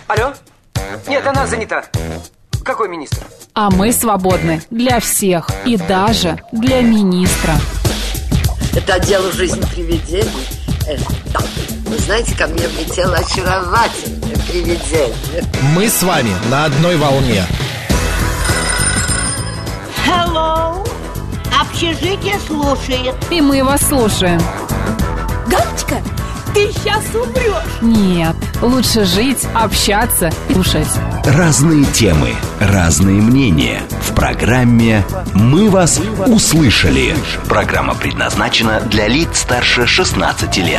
Алло? Нет, она занята. Какой министр? А мы свободны для всех и даже для министра. Это отдел «Жизнь привидений». Да. Вы знаете, ко мне влетело очаровательное привидение. Мы с вами на одной волне. Hello. Общежитие слушает. И мы вас слушаем. Галочка, ты сейчас умрешь. Нет, лучше жить, общаться и слушать. Разные темы, разные мнения. В программе «Мы вас услышали». Программа предназначена для лиц старше 16 лет.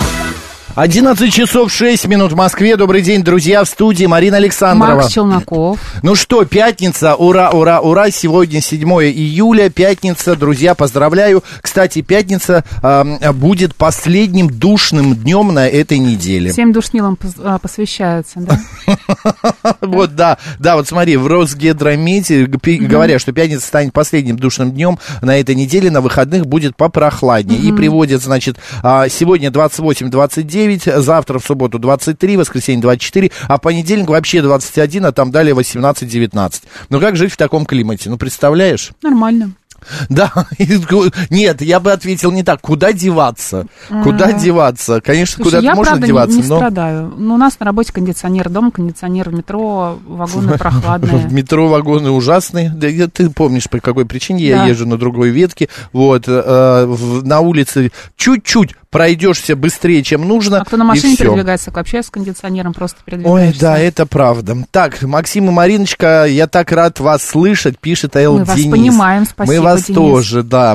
11 часов 6 минут в Москве. Добрый день, друзья, в студии Марина Александрова. Макс Челноков. Ну что, пятница, ура, ура, ура. Сегодня 7 июля, пятница, друзья, поздравляю. Кстати, пятница будет последним душным днем на этой неделе. 7 душнилам посвящаются, да? Вот, да, вот смотри, в Росгидромете говорят, что пятница станет последним душным днем на этой неделе, на выходных будет попрохладнее. И приводят, значит, сегодня 28-29, завтра в субботу 23, воскресенье 24, а в понедельник вообще 21, а там далее 18-19. Ну как жить в таком климате? Ну, представляешь? Нормально. Да, нет, я бы ответил не так. Куда деваться? Куда деваться? Конечно, куда-то можно деваться. Я, правда, не страдаю. Но у нас на работе кондиционер, дома кондиционер, в метро вагоны прохладные. В метро вагоны ужасные. Да, ты помнишь, по какой причине я езжу на другой ветке. Вот, на улице чуть-чуть пройдешься быстрее, чем нужно. А кто на машине передвигается, вообще с кондиционером просто передвигаешься. Ой, да, это правда. Так, Максим и Мариночка, я так рад вас слышать, пишет Эл Денис. Мы вас понимаем, спасибо, Мы вас Денис. тоже, да.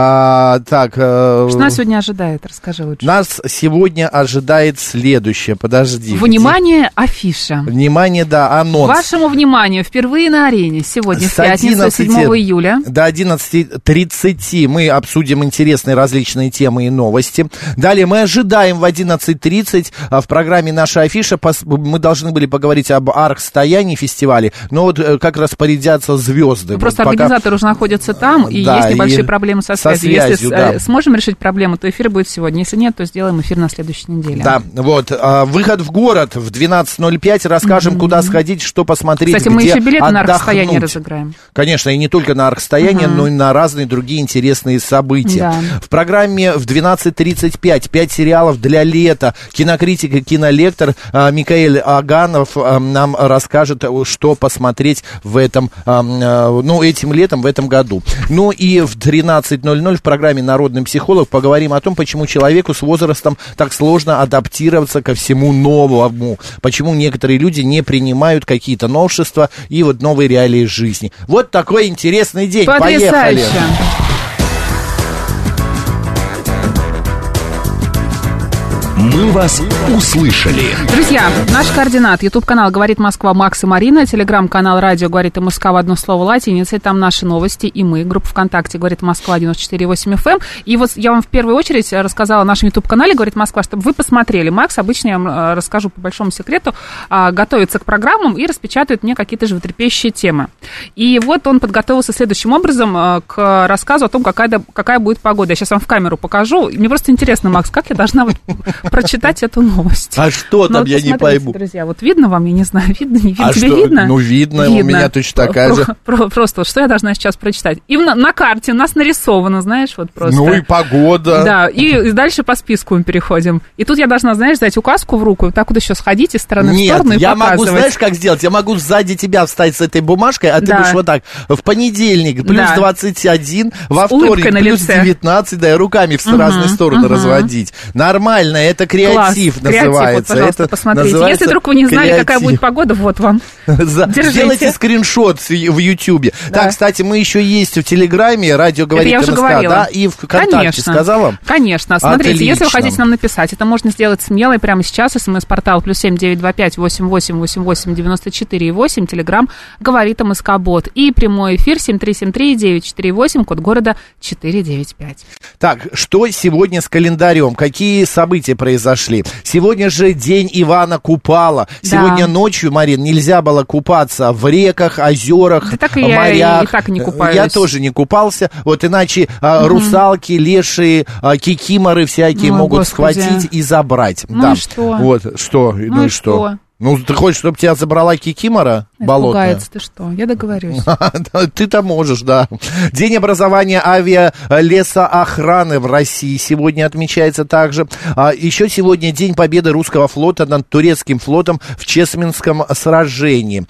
Что нас сегодня ожидает? Расскажи лучше. Нас сегодня ожидает следующее. Подожди. Внимание, афиша. Внимание, да, анонс. Вашему вниманию, впервые на арене сегодня, в пятницу, 7 июля. До 11:30 мы обсудим интересные различные темы и новости. Далее мы ожидаем в 11:30 в программе «Наша афиша». Мы должны были поговорить об архстоянии фестивале, но вот как распорядятся звезды. Просто вот организаторы уже находятся там, и есть небольшие проблемы со связью. Если сможем решить проблему, то эфир будет сегодня. Если нет, то сделаем эфир на следующей неделе. Да, вот. Выход в город в 12:05. Расскажем, куда сходить, что посмотреть, кстати, где мы еще билеты отдохнуть. на архстояние разыграем. Конечно, и не только на архстояние, но и на разные другие интересные события. Да. В программе в 12:35 5 сериалов для лета. Кинокритик и кинолектор Микаэль Аганов нам расскажет, что посмотреть в этом, этим летом, в этом году. Ну и в 13:00 в программе «Народный психолог» поговорим о том, почему человеку с возрастом так сложно адаптироваться ко всему новому. Почему некоторые люди не принимают какие-то новшества и вот новые реалии жизни. Вот такой интересный день. Потрясающе. Поехали. Мы вас услышали. Друзья, наш координат. YouTube-канал «Говорит Москва» Макс и Марина. Телеграм-канал «Радио говорит МСК» в одно слово латиницей. Там наши новости и мы. Группа ВКонтакте «Говорит Москва» 94,8 FM. И вот я вам в первую очередь рассказала о нашем YouTube-канале «Говорит Москва», чтобы вы посмотрели. Макс, обычно я вам расскажу по большому секрету, готовится к программам и распечатывает мне какие-то животрепещущие темы. И вот он подготовился следующим образом к рассказу о том, какая будет погода. Я сейчас вам в камеру покажу. Мне просто интересно, Макс, как я должна прочитать эту новость. А что там, я не пойму. Друзья, вот видно вам, я не знаю, видно, не видно, тебе что? видно? Ну, видно, у меня точно такая же. Просто, что я должна сейчас прочитать? И на карте у нас нарисовано, знаешь, вот просто. Ну, и погода. Да, и дальше по списку мы переходим. И тут я должна, знаешь, дать указку в руку, и так вот еще сходить из стороны в сторону и я показывать. могу, знаешь, как сделать? Я могу сзади тебя встать с этой бумажкой, а ты будешь вот так. В понедельник плюс 21, во вторник плюс 19, да, и руками в разные стороны разводить. Нормально, это креатив. Называется. Вот, пожалуйста, посмотрите. Если вдруг вы не знали, какая будет погода, вот вам. Сделайте скриншот в Ютьюбе. Да. Так, кстати, мы еще есть в Телеграме, радио говорит МСК, да, и в ВКонтакте, сказала? Конечно. Смотрите, отлично. Если вы хотите нам написать, это можно сделать смело и прямо сейчас. СМС-портал +7 925 88 88 94 8. Телеграм говорит МСК-бот. И прямой эфир 7373-948, код города 495. Так, что сегодня с календарем? Какие события произошли? Сегодня же день Ивана Купала. Сегодня ночью, Марин, нельзя было купаться в реках, озерах, так и морях. Я и так не купаюсь. Я тоже не купался. Вот иначе русалки, лешие, кикиморы всякие могут схватить и забрать. Ну и что? Вот, что? Ну и что? Ну, ты хочешь, чтобы тебя забрала кикимора болотная? Пугается, ты что? Я договорюсь. Ты-то можешь, да. День образования авиалесоохраны в России сегодня отмечается также. Еще сегодня День победы русского флота над турецким флотом в Чесменском сражении.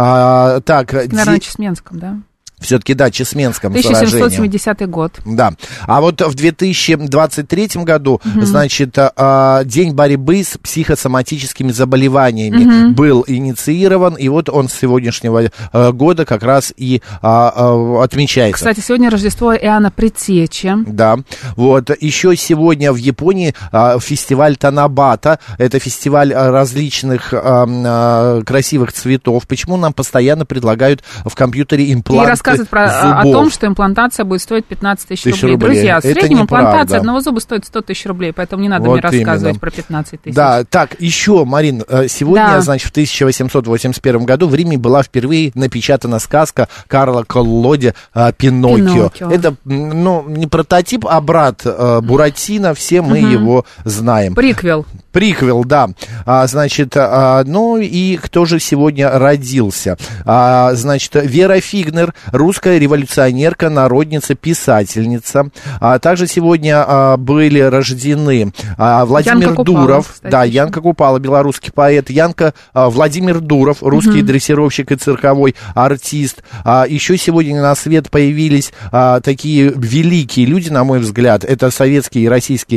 Наверное, Чесменском, да? Все-таки, да, Чесменском сражении. 1770 год. Да. А вот в 2023 году, значит, День борьбы с психосоматическими заболеваниями был инициирован, и вот он с сегодняшнего года как раз и отмечается. Кстати, сегодня Рождество Иоанна Предтечи. Да. Вот. Еще сегодня в Японии фестиваль Танабата. Это фестиваль различных красивых цветов. Почему нам постоянно предлагают в компьютере импланты? О том, что имплантация будет стоить 15 тысяч рублей. Друзья, в среднем имплантация одного зуба стоит 100 тысяч рублей, поэтому не надо мне рассказывать про 15 тысяч. Да, так, еще, Марин, сегодня, значит, в 1881 году в Риме была впервые напечатана сказка Карла Коллоди «Пиноккио». Это, ну, не прототип, а брат Буратино, все мы его знаем. Приквел, да. Значит, ну и кто же сегодня родился? Значит, Вера Фигнер, русская революционерка, народница, писательница. Также сегодня были рождены Владимир Дуров, кстати. Да, Янка Купала, белорусский поэт, Владимир Дуров, русский дрессировщик и цирковой артист. Еще сегодня на свет появились такие великие люди, на мой взгляд. Это советский и российский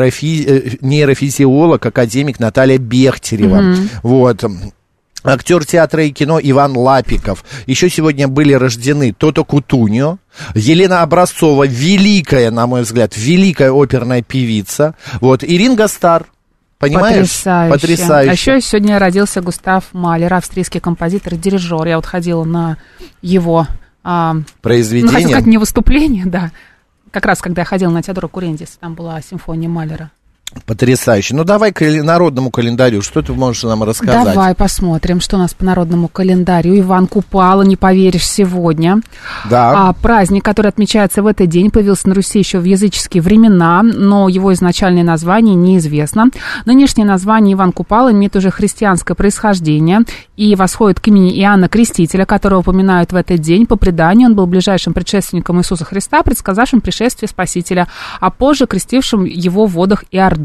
нейрофизиолог, академик Наталья Бехтерева. Вот. Актер театра и кино Иван Лапиков. Еще сегодня были рождены Тото Кутуньо, Елена Образцова, великая, на мой взгляд, великая оперная певица. Вот. И Ринго Старр. Понимаешь? Потрясающе. А еще сегодня родился Густав Малер, австрийский композитор и дирижер. Я вот ходила на его произведение. Хотела сказать, не выступление, да. Как раз, когда я ходила на Теодора Курендиса, там была симфония Малера. Потрясающе. Ну, давай к народному календарю. Что ты можешь нам рассказать? Давай посмотрим, что у нас по народному календарю. Иван Купала, не поверишь, сегодня. Да. Праздник, который отмечается в этот день, появился на Руси еще в языческие времена, но его изначальное название неизвестно. Нынешнее название Иван Купала имеет уже христианское происхождение и восходит к имени Иоанна Крестителя, которого упоминают в этот день. По преданию, он был ближайшим предшественником Иисуса Христа, предсказавшим пришествие Спасителя, а позже крестившим его в водах Иордана.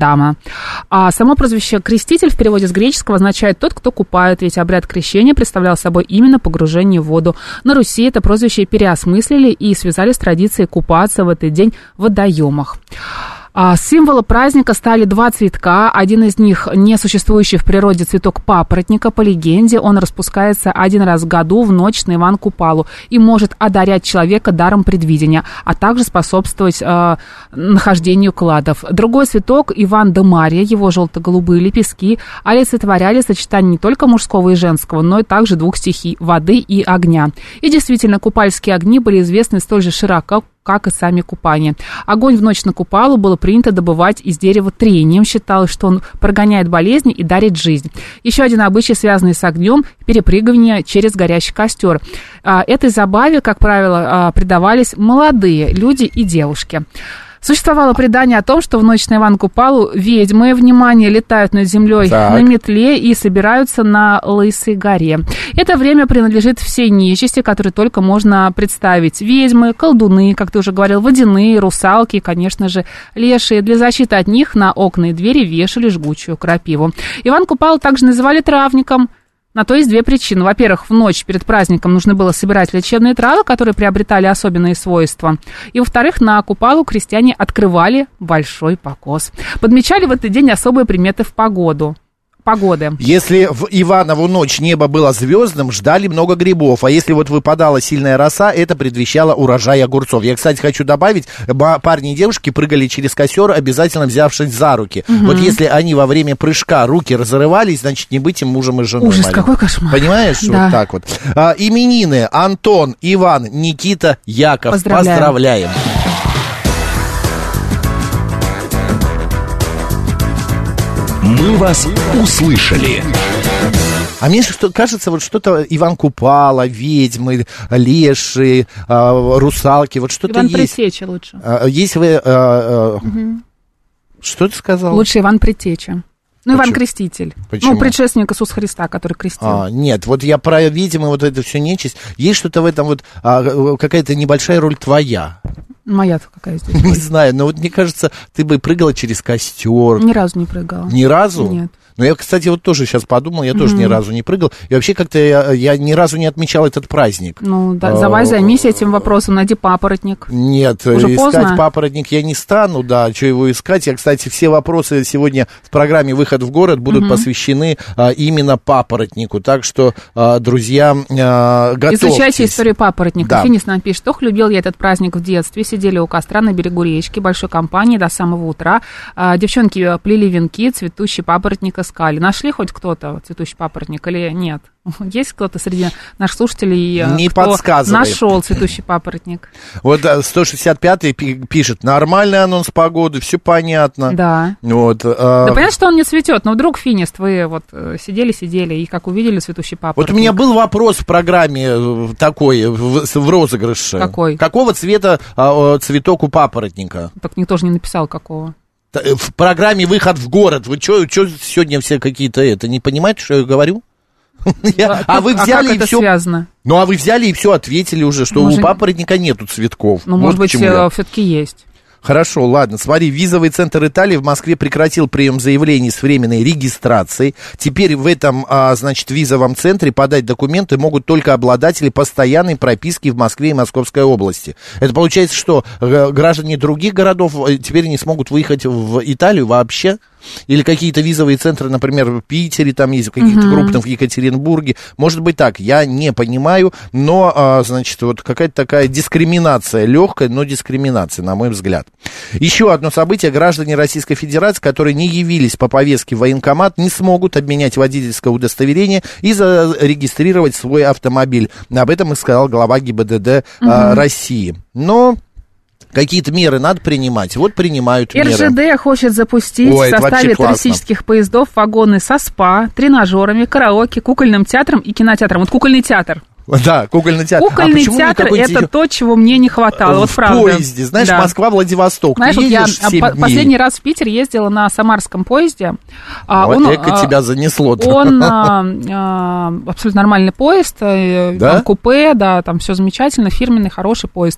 Само прозвище «креститель» в переводе с греческого означает «тот, кто купает», ведь обряд крещения представлял собой именно погружение в воду. На Руси это прозвище переосмыслили и связали с традицией купаться в этот день в водоемах. Символом праздника стали два цветка. Один из них несуществующий в природе цветок папоротника. По легенде, он распускается один раз в году в ночь на Иван Купалу и может одарять человека даром предвидения, а также способствовать нахождению кладов. Другой цветок Иван де Мария, его желто-голубые лепестки олицетворяли сочетание не только мужского и женского, но и также двух стихий – воды и огня. И действительно, купальские огни были известны столь же широко, как и сами купания. Огонь в ночь на Купалу было принято добывать из дерева трением. Считалось, что он прогоняет болезни и дарит жизнь. Еще один обычай, связанный с огнем – перепрыгивание через горящий костер. Этой забаве, как правило, предавались молодые люди и девушки. Существовало предание о том, что в ночь на Иван Купалу ведьмы, внимание, летают над землей на метле и собираются на Лысой горе. Это время принадлежит всей нечисти, которую только можно представить. Ведьмы, колдуны, как ты уже говорил, водяные, русалки и, конечно же, лешие. Для защиты от них на окна и двери вешали жгучую крапиву. Иван Купалу также называли травником. На то есть две причины. Во-первых, в ночь перед праздником нужно было собирать лечебные травы, которые приобретали особенные свойства. И, во-вторых, на Купалу крестьяне открывали большой покос. Подмечали в этот день особые приметы в погоды. Если в Иванову ночь небо было звездным, ждали много грибов. А если вот выпадала сильная роса, это предвещало урожай огурцов. Я, кстати, хочу добавить, парни и девушки прыгали через костер, обязательно взявшись за руки. Вот если они во время прыжка руки разрывались, значит, не быть им мужем и женой. Ужас, какой кошмар. Понимаешь? Да. Вот так вот. Именины: Антон, Иван, Никита, Яков. Поздравляем. Мы вас услышали. А мне кажется, вот что-то Иван Купала, ведьмы, леши, русалки, вот что-то Иван есть. Предтеча лучше. Есть вы... Что ты сказал? Лучше Иван Предтеча. Ну, Иван Креститель. Почему? Ну, предшественник Иисуса Христа, который крестил. Нет, вот я про ведьм и вот это все нечисть. Есть что-то в этом вот, какая-то небольшая роль твоя. Моя-то какая здесь? Не знаю, но вот мне кажется, ты бы прыгала через костер. Ни разу не прыгала. Ни разу? Нет. Ну, я, кстати, вот тоже сейчас подумал, я тоже ни разу не прыгал. И вообще как-то я ни разу не отмечал этот праздник. Ну, да, давай займись этим вопросом, найди папоротник. Нет, уже искать поздно? Папоротник я не стану, да, что его искать. Я, кстати, все вопросы сегодня в программе «Выход в город» будут посвящены именно папоротнику. Так что, друзья, готовьтесь. Изучайте историю папоротника. Да. Финис нам пишет: ох, любил я этот праздник в детстве. Сидели у костра на берегу речки, большой компании до самого утра. Девчонки плели венки, цветущий папоротник искали. Нашли хоть кто-то цветущий папоротник или нет? Есть кто-то среди наших слушателей, не кто подсказывает. нашел цветущий папоротник? Вот 165-й пишет: нормальный анонс погоды, все понятно. Да. Вот, Да понятно, что он не цветет, но вдруг, Финист, вы вот сидели и как увидели цветущий папоротник. Вот у меня был вопрос в программе такой, в розыгрыше. Какой? Какого цвета цветок у папоротника? Так никто же не написал, какого. В программе «Выход в город». Вы что сегодня все какие-то не понимаете, что я говорю? А вы взяли как и это все. связано? Ну, а вы взяли и все ответили уже, что у папоротника нету цветков. Ну, может быть, все-таки есть. Хорошо, ладно, смотри, визовый центр Италии в Москве прекратил прием заявлений с временной регистрацией. Теперь в этом, значит, визовом центре подать документы могут только обладатели постоянной прописки в Москве и Московской области. Это получается, что граждане других городов теперь не смогут выехать в Италию вообще? Или какие-то визовые центры, например, в Питере, там есть, в каких-то крупных, в Екатеринбурге. Может быть так, я не понимаю, но, значит, вот какая-то такая дискриминация, легкая, но дискриминация, на мой взгляд. Еще одно событие: граждане Российской Федерации, которые не явились по повестке в военкомат, не смогут обменять водительское удостоверение и зарегистрировать свой автомобиль. Об этом и сказал глава ГИБДД России. Но какие-то меры надо принимать. Вот принимают меры. РЖД хочет запустить в составе туристических поездов вагоны со спа, тренажерами, караоке, кукольным театром и кинотеатром. Вот кукольный театр. Да, кукольный театр. Кукольный театр — это то, чего мне не хватало, вот правда. В поезде, знаешь, да. Москва-Владивосток. Знаешь, ты я последний раз в Питер ездила на самарском поезде. Вот эко тебя занесло. Он абсолютно нормальный поезд, да? Там купе, да, там все замечательно, фирменный, хороший поезд.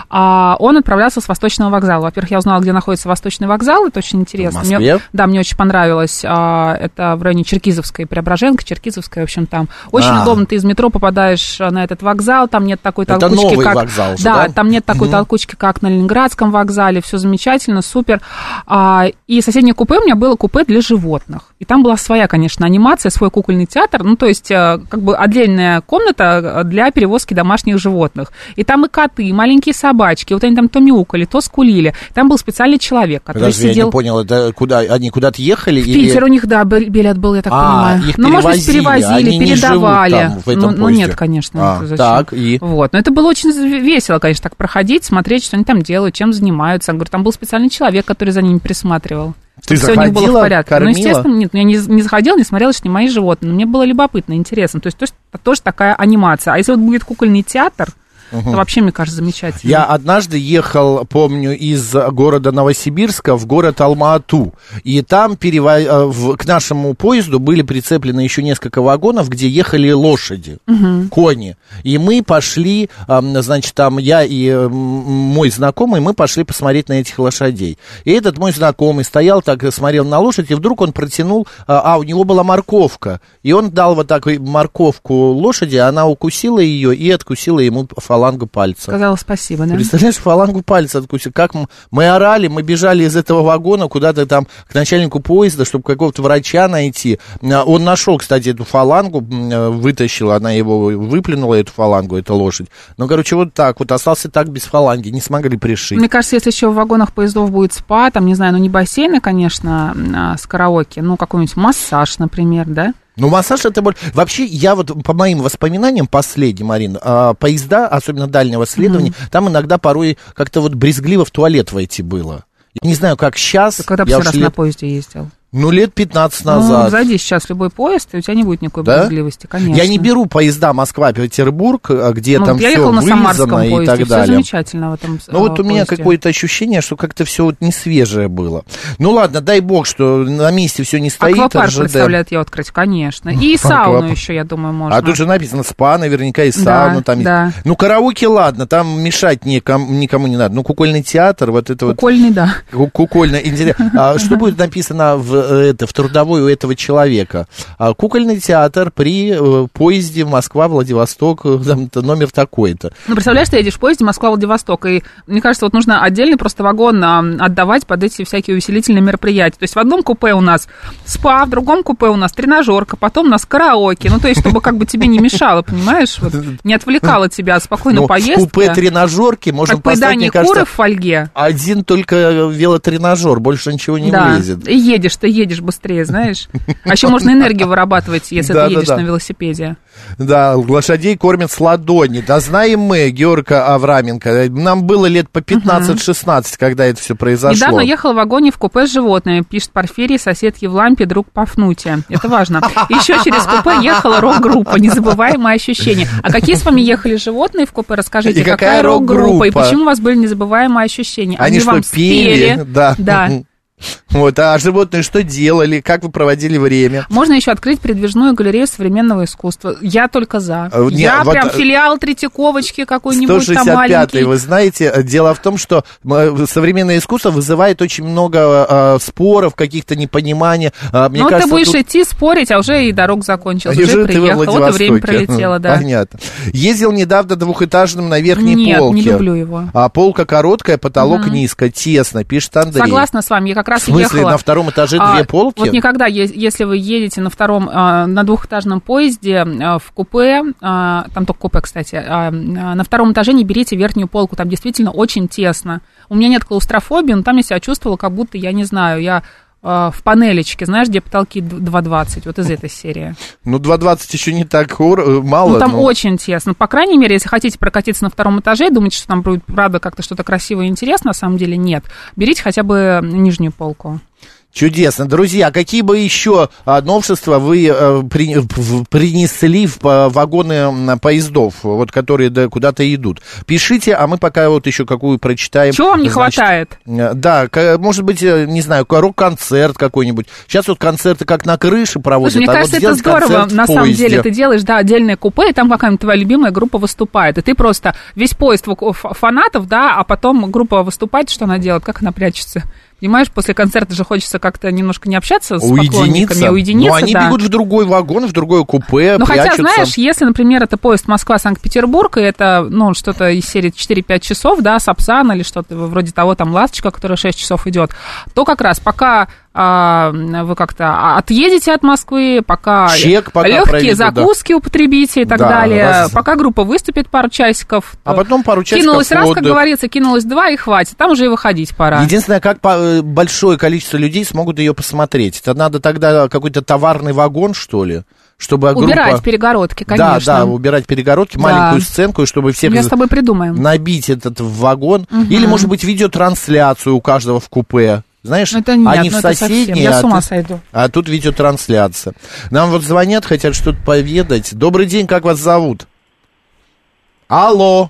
Он отправлялся с Восточного вокзала. Во-первых, я узнала, где находится Восточный вокзал, это очень интересно. В Москве? Мне очень понравилось. Это в районе Черкизовской, Преображенка, Черкизовская, в общем, там. Очень удобно, ты из метро попадаешь на этот вокзал, там нет такой толкучки, это новый как... вокзал же, да, там нет такой толкучки, как на Ленинградском вокзале, все замечательно, супер. И соседнее купе у меня было купе для животных. И там была своя, конечно, анимация, свой кукольный театр, ну, то есть, как бы отдельная комната для перевозки домашних животных. И там и коты, и маленькие собачки, вот они там то мяукали, то скулили. Там был специальный человек, который сидел... я не понял, это куда? Они куда-то ехали? В Питер у них, да, билет был, я так понимаю. Их ну, может быть, перевозили, они передавали. Не живут там, в этом ну, нет, конечно. Так, и? Вот. Но это было очень весело, конечно, так проходить, смотреть, что они там делают, чем занимаются. Я говорю, там был специальный человек, который за ними присматривал. Ты все заходила, у них было в порядке. кормила? Ну, естественно, нет, я не заходила, не смотрела, что не мои животные. Но мне было любопытно, интересно. То есть тоже такая анимация. А если вот будет кукольный театр, это вообще, мне кажется, замечательно. Я однажды ехал, помню, из города Новосибирска в город Алма-Ату. И там к нашему поезду были прицеплены еще несколько вагонов, где ехали лошади, кони. И мы пошли, значит, там я и мой знакомый, мы пошли посмотреть на этих лошадей. И этот мой знакомый стоял так, смотрел на лошадь, и вдруг он протянул, у него была морковка. И он дал вот такую морковку лошади, она укусила ее и откусила ему фалангу пальца. Сказала спасибо, да? Представляешь, фалангу пальца откусил. Как мы орали, мы бежали из этого вагона куда-то там к начальнику поезда, чтобы какого-то врача найти. Он нашел, кстати, эту фалангу, вытащил, она его выплюнула, эту фалангу, эту лошадь. Ну, короче, вот так вот, остался так без фаланги, не смогли пришить. Мне кажется, если еще в вагонах поездов будет спа, там, не знаю, ну, не бассейны, конечно, с караоке, ну, какой-нибудь массаж, например, да? Ну, массаж это... Вообще, я вот по моим воспоминаниям последним, Марин, поезда, особенно дальнего следования, там иногда порой как-то вот брезгливо в туалет войти было. Я не знаю, как сейчас. Ты когда последний раз на поезде ездил? Ну, лет 15 Ну, назад. зайди сейчас в любой поезд, и у тебя не будет никакой Да? брезгливости, конечно. Я не беру поезда Москва-Петербург, где Ну, там я все ехала на Самарском вылизано и поезде, так все далее. замечательно в этом Ну, вот у меня поезде. какое-то ощущение, что как-то все вот не свежее было. Ну, ладно, дай бог, что на месте все не стоит. Аквапарк РЖД. представляет ее открыть, конечно. И сауну еще, я думаю, можно. А тут же написано спа, наверняка и сауна Да, там есть. да. Ну, караоке, ладно, там мешать никому не надо. Ну, кукольный театр, вот это Кукольный, да. вот кукольно интересно. А что будет написано в трудовой у этого человека? Кукольный театр при поезде Москва-Владивосток, там номер такой-то. Ну, представляешь, ты едешь в поезде Москва-Владивосток, и мне кажется, вот нужно отдельный просто вагон отдавать под эти всякие увеселительные мероприятия. То есть в одном купе у нас спа, в другом купе у нас тренажерка, потом у нас караоке. Ну, то есть, чтобы как бы тебе не мешало, понимаешь? Вот, не отвлекало тебя от спокойной поездки. В купе тренажерки можно как поставить, поедание мне кажется, куры в фольге. один только велотренажер, больше ничего не Да, влезет. и едешь быстрее, знаешь. А еще можно энергию вырабатывать, если ты едешь на велосипеде. Да, лошадей кормят с ладони. Да знаем мы, Георга Авраменко. Нам было лет по 15-16, когда это все произошло. Недавно ехала в вагоне в купе с животными, пишет Порфирий, сосед Евлампий, друг Пафнутия. Это важно. Еще через купе ехала рок-группа. Незабываемые ощущения. А какие с вами ехали животные в купе? Расскажите, И какая рок-группа? И почему у вас были незабываемые ощущения? Они что, вам пели? Да. Вот, а животные что делали? Как вы проводили время? Можно еще открыть передвижную галерею современного искусства. Я только за. Не, Я вот прям филиал Третьяковочки какой-нибудь там 165-й, маленький. вы знаете, дело в том, что современное искусство вызывает очень много споров, каких-то непониманий. Мне Ну, кажется, ты будешь тут... идти спорить, а уже и дорога закончилась, И уже ты во приехал, вот и время Владивостоке. пролетело, да. Понятно. Ездил недавно двухэтажным на верхней полке. Нет, не люблю его. А полка короткая, потолок низко, тесно, пишет Андрей. Согласна с вами, я как раз В смысле, ехала... на втором этаже две полки? Вот никогда, если вы едете на двухэтажном поезде в купе, там только купе, кстати, на втором этаже не берите верхнюю полку, там действительно очень тесно. У меня нет клаустрофобии, но там я себя чувствовала, как будто, я не знаю, я в панелечке, знаешь, где потолки 2,20, вот из этой серии. Ну, 2,20 еще не так мало. Ну, там очень тесно. По крайней мере, если хотите прокатиться на втором этаже и думаете, что там будет, правда, как-то что-то красивое и интересное, на самом деле нет. Берите хотя бы нижнюю полку. Чудесно. Друзья, какие бы еще новшества вы принесли в вагоны поездов, вот, которые куда-то идут? Пишите, а мы пока вот еще какую прочитаем. Чего вам не хватает? Да, может быть, не знаю, рок-концерт какой-нибудь. Сейчас вот концерты как на крыше проводят. Слушай, мне кажется, это здорово, на самом деле. Ты делаешь, да, отдельное купе, и там какая-нибудь твоя любимая группа выступает. И ты просто весь поезд фанатов, да, а потом группа выступает, что она делает, как она прячется. Понимаешь, после концерта же хочется как-то немножко не общаться с поклонниками, уединиться. Но они бегут в другой вагон, в другое купе, ну, прячутся. Хотя, знаешь, если, например, это поезд Москва-Санкт-Петербург, и это, ну, что-то из серии 4-5 часов, да, Сапсан или что-то вроде того, там, Ласточка, которая 6 часов идет, то как раз пока вы как-то отъедете от Москвы, пока легкие закуски употребите и так далее, пока группа выступит пару часиков, а потом пару часиков кинулась раз, как говорится, кинулась два, и хватит, там уже и выходить пора. Единственное, как большое количество людей смогут ее посмотреть. Это надо тогда какой-то товарный вагон, что ли? Чтобы убирать перегородки, конечно. Да, убирать перегородки, маленькую сценку, чтобы всех с тобой придумаем. Набить этот вагон. Или, может быть, видеотрансляцию у каждого в купе. Знаешь, это нет, они в соседней, я с ума сойду. А тут видеотрансляция. Нам вот звонят, хотят что-то поведать. Добрый день, как вас зовут? Алло.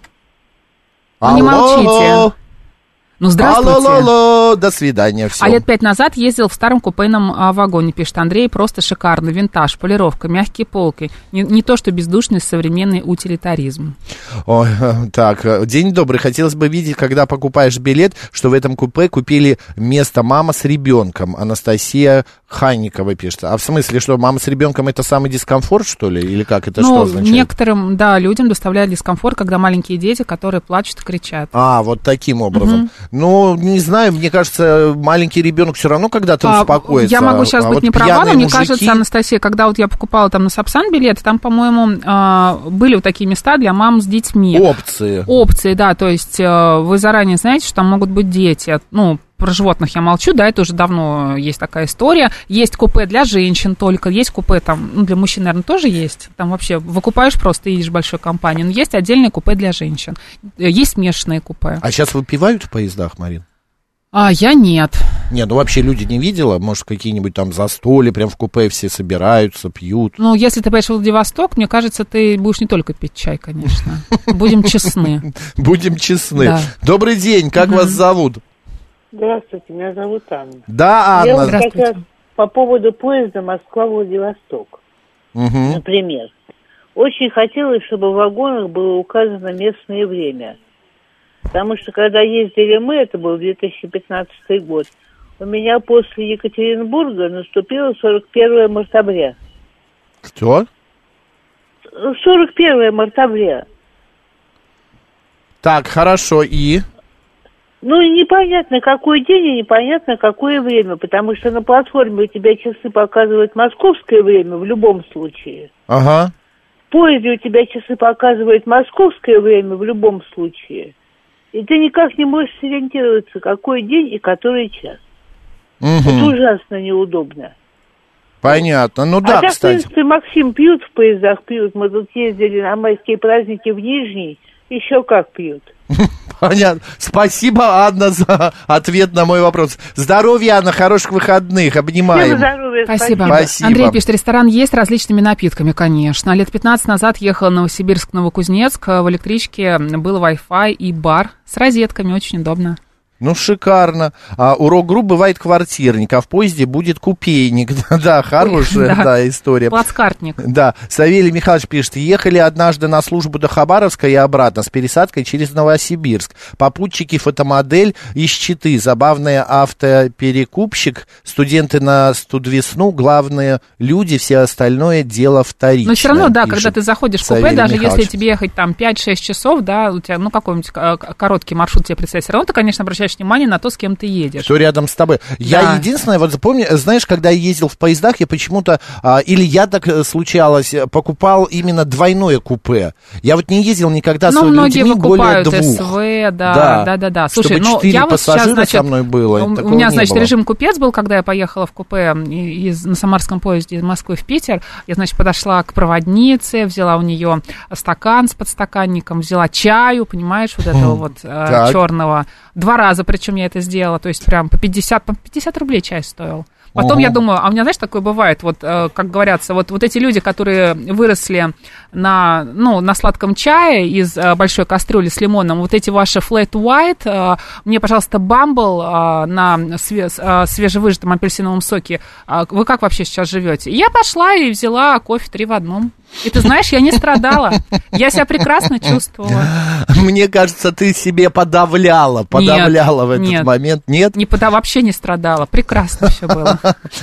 Не молчите. Ну, здравствуйте. Алло, до свидания, все. А лет 5 назад ездил в старом купейном вагоне, пишет Андрей, просто шикарно, винтаж, полировка, мягкие полки, не то, что бездушный современный утилитаризм. Ой, так, день добрый, хотелось бы видеть, когда покупаешь билет, что в этом купе купили место мама с ребенком, Анастасия Хайникова пишет. А в смысле, что мама с ребенком это самый дискомфорт, что ли, или как это что означает? Некоторым, да, людям доставляет дискомфорт, когда маленькие дети, которые плачут и кричат. А, вот таким образом. Ну, не знаю, мне кажется, маленький ребенок все равно когда-то успокоится. Я могу сейчас быть вот не права, но мне мужики... кажется, Анастасия, когда вот я покупала там на Сапсан билеты, там, по-моему, были вот такие места для мам с детьми. Опции, да, то есть вы заранее знаете, что там могут быть дети, ну, про животных я молчу, да, это уже давно есть такая история. Есть купе для женщин только, есть купе там, ну, для мужчин, наверное, тоже есть. Там вообще выкупаешь просто и едешь в большой компании. Но есть отдельное купе для женщин. Есть смешанные купе. А сейчас выпивают в поездах, Марин? Я нет. Нет, ну вообще люди не видела? Может, какие-нибудь там застолья, прям в купе все собираются, пьют? Ну, если ты поедешь в Владивосток, мне кажется, ты будешь не только пить чай, конечно. Будем честны. Будем честны. Да. Добрый день, как вас зовут? Здравствуйте, меня зовут Анна. Да, Я Анна. вот как раз по поводу поезда Москва-Владивосток, Мгм. например. Очень хотелось, чтобы в вагонах было указано местное время. Потому что, когда ездили мы, это был 2015 год, у меня после Екатеринбурга наступило 41 мартабря. Кто? 41 мартабря. Так, хорошо, и? Ну, и непонятно, какой день, и непонятно, какое время, потому что на платформе у тебя часы показывают московское время в любом случае. Ага. В поезде у тебя часы показывают московское время в любом случае. И ты никак не можешь сориентироваться, какой день и который час. Это Мгм. ужасно неудобно. Понятно. Ну да, а так, в кстати. принципе, Максим, пьют в поездах, пьют. Мы тут ездили на майские праздники в Нижний, еще как пьют. Понятно. Спасибо, Анна, за ответ на мой вопрос. Здоровья, Анна, хороших выходных. Всем Обнимаем. здоровья, Спасибо. Спасибо. Андрей пишет, ресторан есть с различными напитками, конечно. Лет 15 назад ехала в Новосибирск-Новокузнецк. В электричке был Wi-Fi и бар с розетками. Очень удобно. Ну, шикарно. Урок групп бывает квартирник, а в поезде будет купейник. Да, хорошая да, история. Плацкартник. Да, Савелий Михайлович пишет, ехали однажды на службу до Хабаровска и обратно с пересадкой через Новосибирск. Попутчики фотомодель из Читы, забавный автоперекупщик, студенты на студвесну, главные люди, все остальное дело вторичное. Но все равно, да, когда ты заходишь в купе, Савелий даже Михайлович. если тебе ехать там 5-6 часов, да, у тебя, ну, какой-нибудь короткий маршрут тебе представить, все равно ты, конечно, обращаешь внимание на то, с кем ты едешь. Кто рядом с тобой. Я единственное, вот запомню, знаешь, когда я ездил в поездах, я почему-то, или я так случалось, покупал именно двойное купе. Я вот не ездил никогда с людьми более двух. СВ, да. Слушай, чтобы 4 я вот сейчас, пассажира значит, со мной было. у меня, значит, режим купец был, когда я поехала в купе на самарском поезде из Москвы в Питер. Я, значит, подошла к проводнице, взяла у нее стакан с подстаканником, взяла чаю, понимаешь, вот этого вот черного. 2 раза, причем я это сделала, то есть прям по 50 рублей чай стоил. Потом я думаю, а у меня, знаешь, такое бывает, вот, как говорятся, вот эти люди, которые выросли на сладком чае из большой кастрюли с лимоном, вот эти ваши flat white, мне, пожалуйста, бамбл на свежевыжатом апельсиновом соке, вы как вообще сейчас живете? Я пошла и взяла кофе 3 в 1. И ты знаешь, я не страдала, я себя прекрасно чувствовала. Мне кажется, ты себе подавляла в этот момент. Нет? Вообще не страдала, прекрасно все было.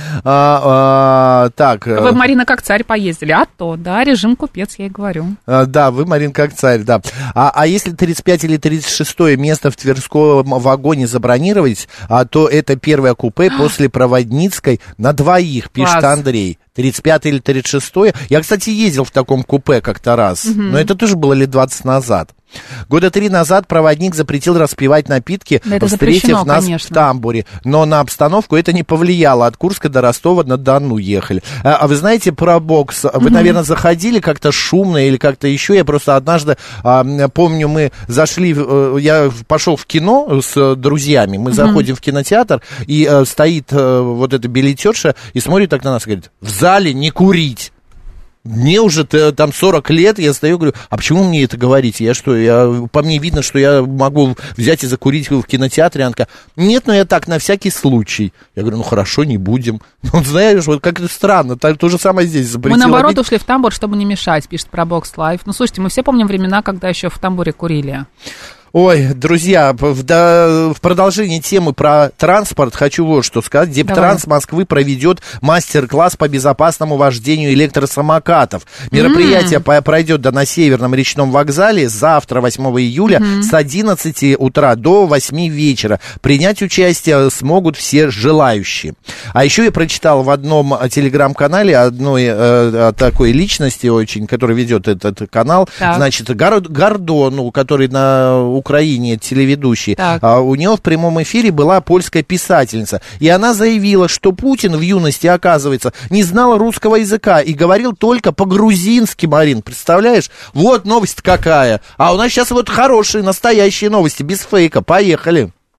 Так. Вы, Марина, как царь поездили, да, режим купец, я и говорю. Да, вы, Марин, как царь, да. А если 35 или 36 место в Тверском вагоне забронировать, то это первое купе после Проводницкой на двоих, пишет Андрей. 35 или 36. Я, кстати, ездил в таком купе как-то раз, но это тоже было лет 20 назад. Года 3 назад проводник запретил распивать напитки, встретив нас в тамбуре. Но на обстановку это не повлияло. От Курска до Ростова-на-Дону ехали. А вы знаете про бокс? Вы, наверное, заходили как-то шумно или как-то еще. Я просто однажды, помню, мы зашли, я пошел в кино с друзьями. Мы заходим в кинотеатр, и стоит вот эта билетерша и смотрит так на нас и говорит, в зале не курить. Мне уже там 40 лет, я стою и говорю, а почему мне это говорите? По мне видно, что я могу взять и закурить в кинотеатре. Она такая, нет, я так, на всякий случай. Я говорю, хорошо, не будем. Ну, знаешь, вот как это странно, то же самое здесь запретило. Мы, наоборот, ушли в тамбур, чтобы не мешать, пишет про Box Life. Ну, слушайте, мы все помним времена, когда еще в тамбуре курили. Ой, друзья, в продолжении темы про транспорт хочу вот что сказать. Дептранс Москвы проведет мастер-класс по безопасному вождению электросамокатов. Мероприятие пройдет на Северном речном вокзале завтра, 8 июля, с 11 утра до 8 вечера. Принять участие смогут все желающие. А еще я прочитал в одном телеграм-канале одной такой личности очень, которая ведет этот канал, значит, Гордон, который на Украине телеведущий, у него в прямом эфире была польская писательница, и она заявила, что Путин в юности, оказывается, не знал русского языка и говорил только по-грузински, Марин, представляешь? Вот новость какая. А у нас сейчас вот хорошие, настоящие новости, без фейка, поехали.